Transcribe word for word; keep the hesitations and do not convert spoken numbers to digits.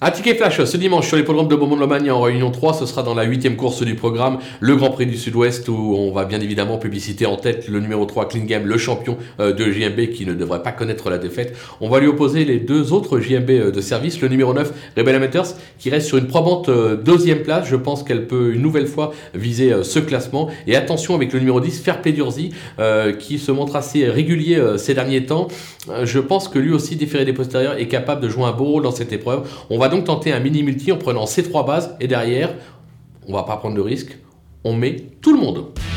Un ticket flash ce dimanche sur l'hippodrome de Beaumont-de-Lomagne en Réunion trois, ce sera dans la huitième course du programme, le Grand Prix du Sud-Ouest, où on va bien évidemment publiciter en tête le numéro trois Clean Game, le champion de J M B qui ne devrait pas connaître la défaite. On va lui opposer les deux autres J M B de service, le numéro neuf Rebel Amateurs qui reste sur une probante deuxième place. Je pense qu'elle peut une nouvelle fois viser ce classement. Et attention avec le numéro dix Fairplay d'Urzy euh, qui se montre assez régulier euh, ces derniers temps. Euh, je pense que lui aussi, déféré des postérieurs, est capable de jouer un beau rôle dans cette épreuve. On va donc tenter un mini-multi en prenant ces trois bases et derrière, on va pas prendre de risque, on met tout le monde.